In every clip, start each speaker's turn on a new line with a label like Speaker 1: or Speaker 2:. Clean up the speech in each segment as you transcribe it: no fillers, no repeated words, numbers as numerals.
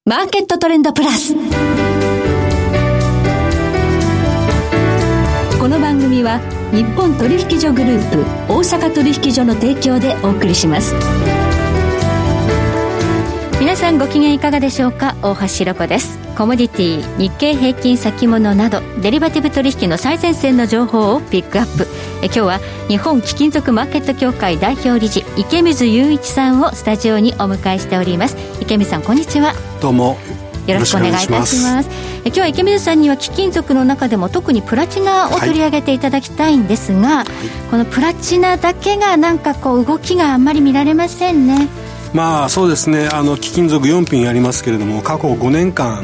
Speaker 1: マーケットトレンドプラス。この番組は日本取引所グループ大阪取引所の提供でお送りします。
Speaker 2: 皆さんご機嫌いかがでしょうか。大橋ひろ子です。コモディティ、日経平均先物などデリバティブ取引の最前線の情報をピックアップ。今日は日本貴金属マーケット協会代表理事池水雄一さんをスタジオにお迎えしております。池水さん、こんにちは。
Speaker 3: どうも
Speaker 2: よろしくお願いいたします。今日は池水さんには貴金属の中でも特にプラチナを取り上げていただきたいんですが、このプラチナだけがなんかこう動きがあんまり見られませんね。
Speaker 3: まあそうですね、貴金属4品ありますけれども、過去5年間、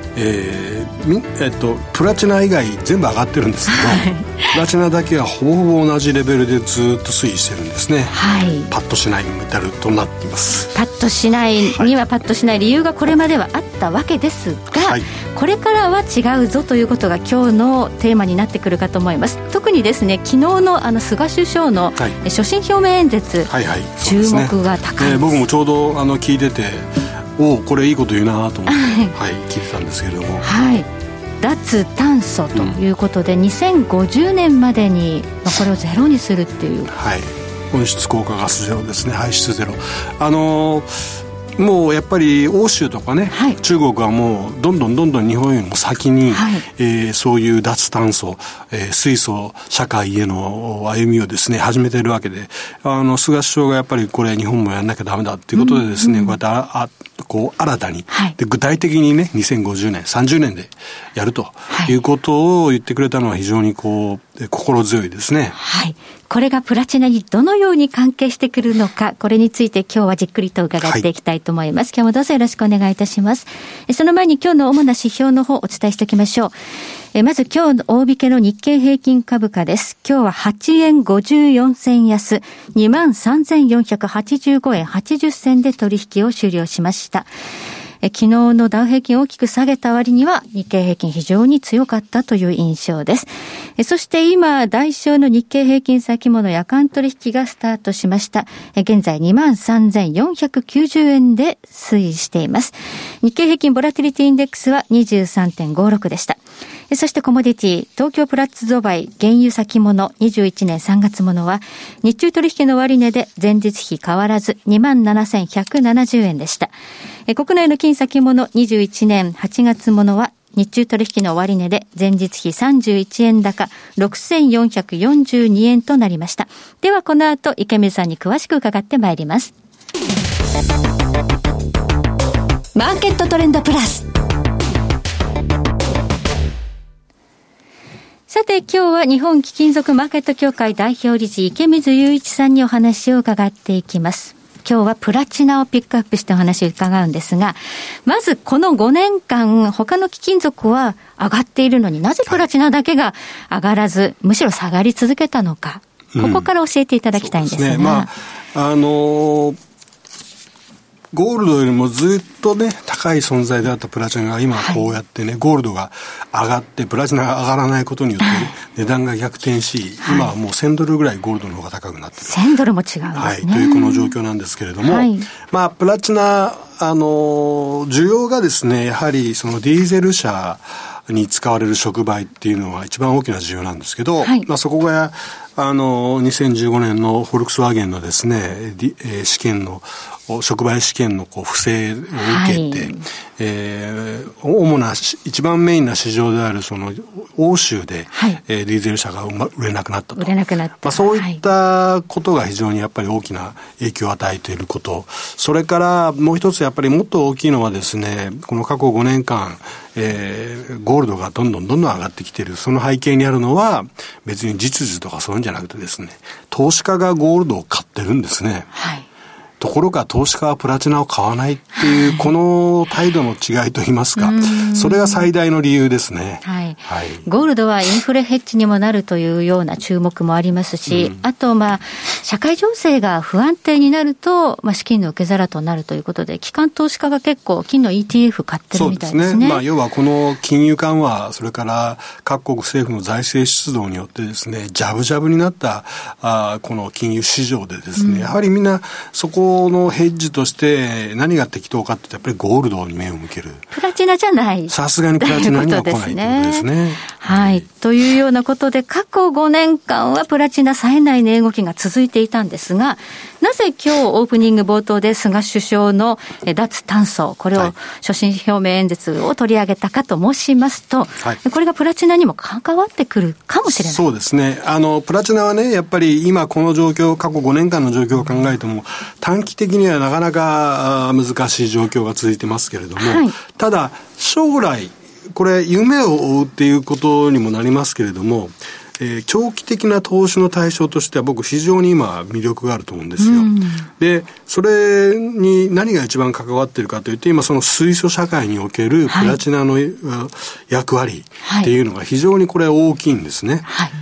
Speaker 3: プラチナ以外全部上がってるんですけど、プラチナだけはほぼほぼ同じレベルでずっと推移してるんですね。パッとしないメタルとなっています。
Speaker 2: パッとしないにはパッとしない理由がこれまではあったわけですが、これからは違うぞということが今日のテーマになってくるかと思います。特にですね、昨日の菅首相の所信表明演説、注目が高いです。
Speaker 3: 僕もちょうど聞いてて、これいいこと言うなと思って、聞いてたんですけれども、
Speaker 2: 脱炭素ということで、2050年までに、これをゼロにするっていう、
Speaker 3: 温室効果ガスゼロですね、排出ゼロ。もうやっぱり欧州とかね、中国はもうどんどん日本よりも先に、そういう脱炭素、水素社会への歩みをですね始めているわけで、菅首相がやっぱりこれ日本もやんなきゃダメだということでですね、こうやってこう新たに、で具体的にね2050年30年でやるということを言ってくれたのは非常にこう心強いですね。
Speaker 2: これがプラチナにどのように関係してくるのか、これについて今日はじっくりと伺っていきたいと思います。今日もどうぞよろしくお願いいたします。その前に今日の主な指標の方をお伝えしておきましょう。まず今日の大引けの日経平均株価です。今日は8円54銭安、23,485 円80銭で取引を終了しました。昨日のダウ平均大きく下げた割には日経平均非常に強かったという印象です。そして今代償の日経平均先物夜間取引がスタートしました。現在 23,490 円で推移しています。日経平均ボラティリティインデックスは 23.56 でした。そしてコモディティ、東京プラッツドバイ原油先物21年3月ものは日中取引の終値で前日比変わらず 27,170 円でした。国内の金先物21年8月ものは日中取引の終値で前日比31円高 6,442 円となりました。ではこの後池水さんに詳しく伺ってまいります。
Speaker 1: マーケットトレンドプラス。
Speaker 2: さて今日は日本貴金属マーケット協会代表理事池水雄一さんにお話を伺っていきます。今日はプラチナをピックアップしてお話を伺うんですが、まずこの5年間他の貴金属は上がっているのになぜプラチナだけが上がらず、むしろ下がり続けたのか、ここから教えていただきたいんですが、
Speaker 3: ゴールドよりもずっとね高い存在であったプラチナが今こうやってね、ゴールドが上がってプラチナが上がらないことによって値段が逆転し、今はもう1000ドルぐらいゴールドの方が高くなってる。
Speaker 2: 1000ドルも違うんですね。
Speaker 3: というこの状況なんですけれども、プラチナ需要がですね、やはりそのディーゼル車に使われる触媒っていうのは一番大きな需要なんですけど、そこが2015年のフォルクスワーゲンのですね、試験の触媒試験の不正を受けて、主な一番メインな市場であるその欧州で、ディーゼル車が売れなくなったと。そういったことが非常にやっぱり大きな影響を与えていること。それからもう一つやっぱりもっと大きいのはですね、この過去5年間、ゴールドがどんどん上がってきている。その背景にあるのは別に実需とかそういうんじゃなくてですね、投資家がゴールドを買ってるんですね。ところが投資家はプラチナを買わないっていう、この態度の違いといいますか、それが最大の理由ですね。
Speaker 2: ゴールドはインフレヘッジにもなるというような注目もありますし、あと社会情勢が不安定になると、資金の受け皿となるということで、機関投資家が結構金の ETF 買ってるみたいですね。
Speaker 3: そうですね。要はこの金融緩和、それから各国政府の財政出動によってですね、ジャブジャブになったこの金融市場でですね、やはりみんなそこ当のヘッジとして何が適当かってやっぱりゴールドに目を向ける。
Speaker 2: プラチナじゃない。
Speaker 3: さすがにプラチナには来ないということですね。
Speaker 2: はい。というようなことで、過去5年間はプラチナ冴えない値動きが続いていたんですが、なぜ今日オープニング冒頭で菅首相の脱炭素、これを所信表明演説を取り上げたかと申しますと、はい、これがプラチナにも関わってくるかもしれない。
Speaker 3: そうですね。プラチナはね、やっぱり今この状況、過去5年間の状況を考えても、短期的にはなかなか難しい状況が続いてますけれども、はい、ただ将来、これ夢を追うっていうことにもなりますけれども、長期的な投資の対象としては僕非常に今魅力があると思うんですよ。で、それに何が一番関わっているかというと、今その水素社会におけるプラチナの役割っていうのが非常にこれ大きいんですね。はい、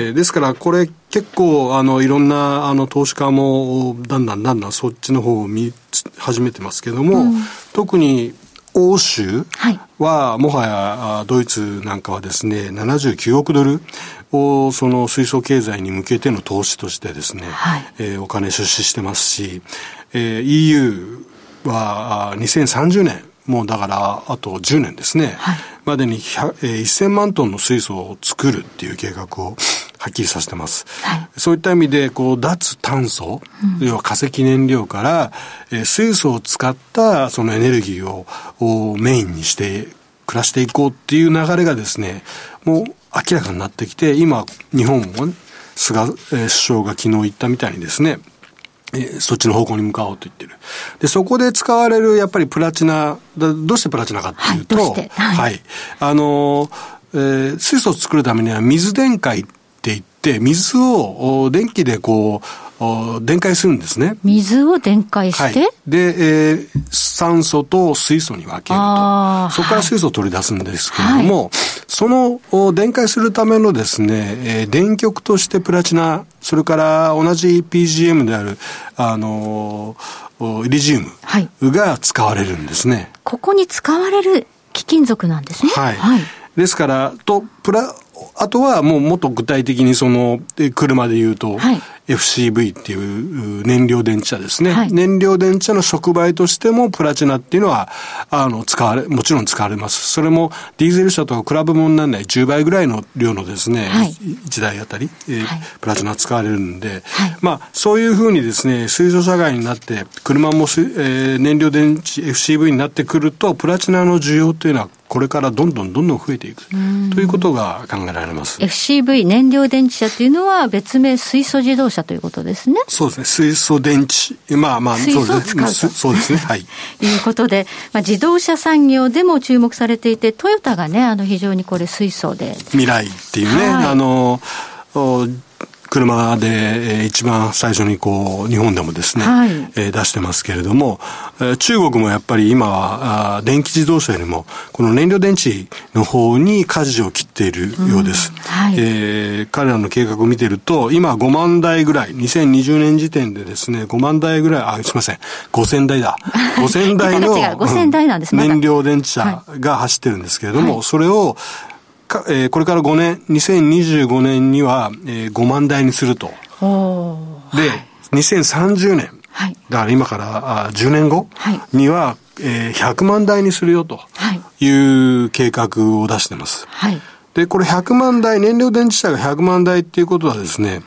Speaker 3: ですからこれ結構いろんな投資家もだんだんそっちの方を見始めてますけども、特に欧州はもはやドイツなんかはですね79億ドルをその水素経済に向けての投資としてですね、はい、お金出資してますし、EU は2030年もうだからあと10年ですね、はい、までに1000万トンの水素を作るっていう計画をはっきりさせてます。はい、そういった意味で脱炭素、要は化石燃料から、水素を使ったそのエネルギーをメインにして暮らしていこうっていう流れがですね、もう明らかになってきて、今日本も、ね、菅首相が昨日言ったみたいにですね、そっちの方向に向かおうと言ってる。で、そこで使われるやっぱりプラチナ、どうしてプラチナかっていうと、はい、水素を作るためには水電解って言って、水を電気で電解するんですね。
Speaker 2: 水を電解して、はい、
Speaker 3: で、酸素と水素に分けると。そこから水素を取り出すんですけれども、はい、その電解するためのですね、電極としてプラチナ、それから同じ PGM である、イリジウムが使われるんですね。はい、
Speaker 2: ここに使われる貴金属なんですね。
Speaker 3: はい。はい、ですから、あとはもっと具体的に車で言うと、はい、FCV っていう燃料電池車ですね。はい、燃料電池車の触媒としてもプラチナっていうのは、もちろん使われます。それもディーゼル車とか比べ物にならない10倍ぐらいの量のですね、はい、1台あたり、プラチナ使われるんで、はい、そういうふうにですね、水素社会になって、車も燃料電池 FCV になってくると、プラチナの需要というのはこれからどんどん増えていくということが考えられます。
Speaker 2: FCV 燃料電池車というのは別名水素自動車ということですね。
Speaker 3: そうですね。水素電池。
Speaker 2: 水素を使うと。
Speaker 3: そうですね。はい。
Speaker 2: いうことで、自動車産業でも注目されていて、トヨタがね、非常にこれ水素で。
Speaker 3: 未来っていうね、はい、車で一番最初に日本でもですね、はい、出してますけれども、中国もやっぱり今は電気自動車よりもこの燃料電池の方に舵を切っているようです。はい、彼らの計画を見ていると今5万台ぐらい、2020年時点でですね、5万台ぐらい、すいません、5000台だ。5000台の
Speaker 2: 5000台なんです、
Speaker 3: 燃料電池車が走ってるんですけれども、はい、それをこれから5年、2025年には、5万台にすると。で、2030年、はい、だから今から10年後には、100万台にするよという計画を出してます。はい、で、これ100万台、燃料電池車が100万台っていうことはですね、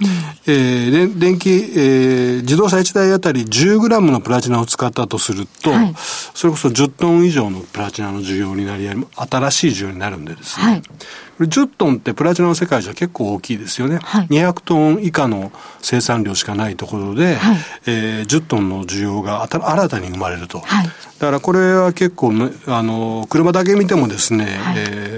Speaker 3: 自動車1台あたり10グラムのプラチナを使ったとすると、はい、それこそ10トン以上のプラチナの需要になり、新しい需要になるんでですね、はい、10トンってプラチナの世界じゃ結構大きいですよね。はい、200トン以下の生産量しかないところで、はい、10トンの需要が新たに生まれると。はい、だからこれは結構、車だけ見てもですね、はい、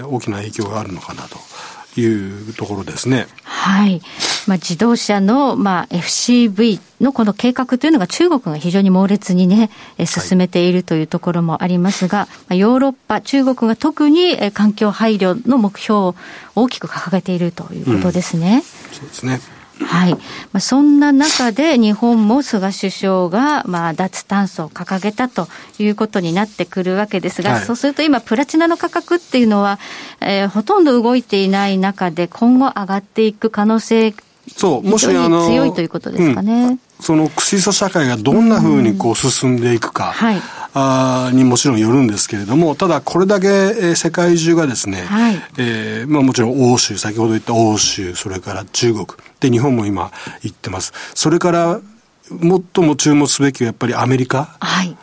Speaker 3: 大きな影響があるのかなというところですね。
Speaker 2: はい。自動車の、FCV のこの計画というのが中国が非常に猛烈にね、進めているというところもありますが、ヨーロッパ、中国が特に環境配慮の目標を大きく掲げているということですね。
Speaker 3: そうですね。
Speaker 2: はい。そんな中で日本も菅首相が、脱炭素を掲げたということになってくるわけですが、はい、そうすると今プラチナの価格っていうのは、ほとんど動いていない中で今後上がっていく可能性、もし強いということですかね。
Speaker 3: その水素社会がどんな風にこう進んでいくか、にもちろんよるんですけれども、ただこれだけ世界中がですね、もちろん欧州、先ほど言った欧州、それから中国で、日本も今行ってます。それから最も注目すべきはやっぱりアメリカ、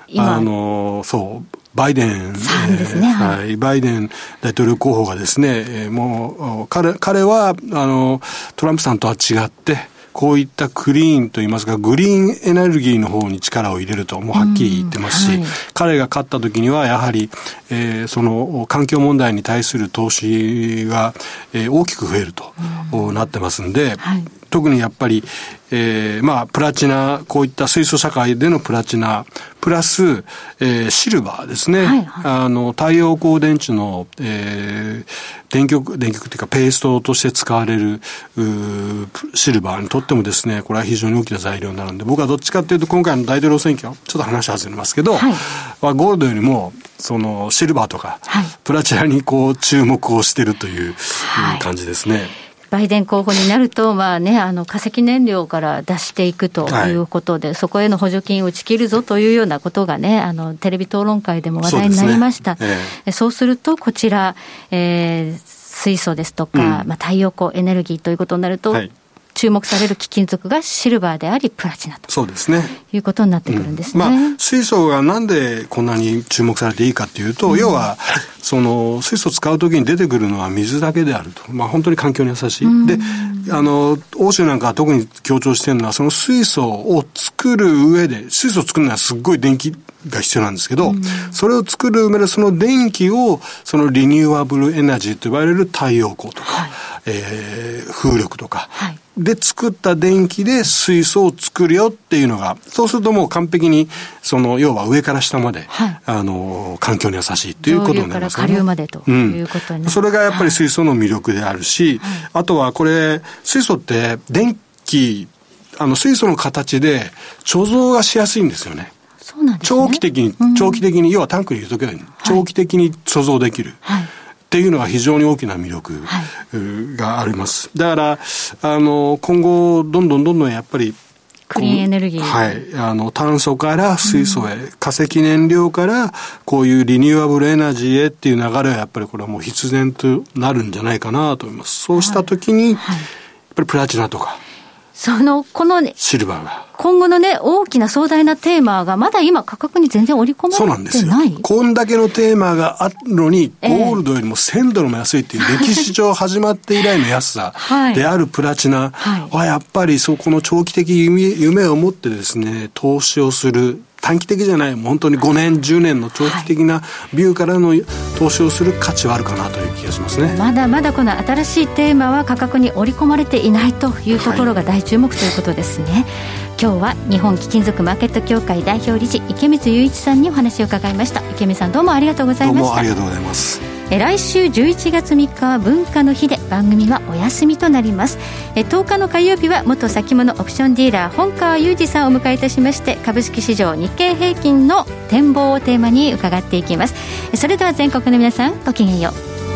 Speaker 3: バイデン、バイデン大統領候補がですね、もう彼はトランプさんとは違って、こういったクリーンといいますか、グリーンエネルギーの方に力を入れるともうはっきり言ってますし、彼が勝った時にはやはり、その環境問題に対する投資が、大きく増えるとなってますんで、特にやっぱり、プラチナ、こういった水素社会でのプラチナ、プラス、シルバーですね。太陽光電池の、電極っていうかペーストとして使われるシルバーにとってもですね、これは非常に大きな材料になるんで、僕はどっちかっていうと今回の大統領選挙、ちょっと話外れますけど、ゴールドよりもそのシルバーとか、プラチナにこう注目をしているという感じですね。
Speaker 2: バイデン候補になると、化石燃料から出していくということで、そこへの補助金を打ち切るぞというようなことがね、テレビ討論会でも話題になりました。そうすると、こちら、水素ですとか、太陽光エネルギーということになると、注目される貴金属がシルバーでありプラチナと、そうですね、いうことになってくるんですね。
Speaker 3: 水素がなんでこんなに注目されていいかっていうと、要はその水素を使うときに出てくるのは水だけであると、本当に環境に優しい。で、欧州なんかは特に強調しているのは、その水素を作る上で、水素を作るのはすっごい電気が必要なんですけど、それを作る上でその電気をそのリニューアブルエナジーと呼ばれる太陽光とか、風力とか、で作った電気で水素を作るよっていうのが、そうするともう完璧にその要は上から下まで、環境に優しいということになりますね。
Speaker 2: 上流から下流までということになる、
Speaker 3: それがやっぱり水素の魅力であるし、あとはこれ水素って電気水素の形で貯蔵がしやすいんですよね。
Speaker 2: そうなんですね。
Speaker 3: 長期的に要はタンクに入れとけばいい、長期的に貯蔵できる。っていうのが非常に大きな魅力があります。だから今後どんどんやっぱり
Speaker 2: クリーンエネルギー、
Speaker 3: 炭素から水素へ、化石燃料からこういうリニューアブルエナジーへっていう流れはやっぱりこれはもう必然となるんじゃないかなと思います。そうした時に、やっぱりプラチナとか
Speaker 2: この
Speaker 3: シルバーが
Speaker 2: 今後のね、大きな壮大なテーマがまだ今価格に全然織り込まれてない。そうなんですよ。
Speaker 3: こんだけのテーマがあるのに、ゴールドよりも1000ドルも安いっていう歴史上始まって以来の安さであるプラチナはやっぱりこの長期的夢を持ってですね、投資をする。短期的じゃない、本当に5年10年の長期的なビューからの投資をする価値はあるかなという気がしますね。
Speaker 2: まだまだこの新しいテーマは価格に織り込まれていないというところが大注目ということですね。今日は日本貴金属マーケット協会代表理事池水雄一さんにお話を伺いました。池水さん、どうもありがとうございました。
Speaker 3: どうもありがとうございます。
Speaker 2: 来週11月3日は文化の日で番組はお休みとなります。10日の火曜日は元先物オプションディーラー本川雄二さんをお迎えいたしまして、株式市場日経平均の展望をテーマに伺っていきます。それでは全国の皆さん、ごきげんよう。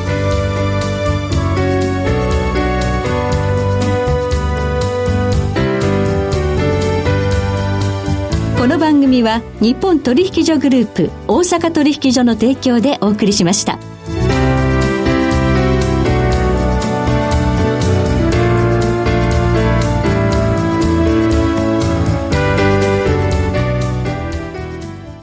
Speaker 1: この番組は日本取引所グループ大阪取引所の提供でお送りしました。